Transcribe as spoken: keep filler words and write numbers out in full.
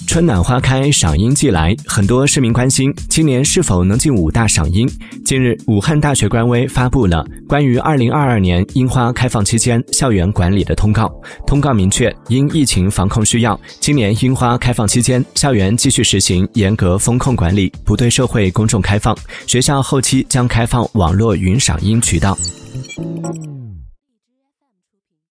春暖花开，赏樱季来，很多市民关心今年是否能进五大赏樱。近日，武汉大学官微发布了关于二零二二年樱花开放期间校园管理的通告。通告明确，因疫情防控需要，今年樱花开放期间，校园继续实行严格风控管理，不对社会公众开放。学校后期将开放网络云赏樱渠道。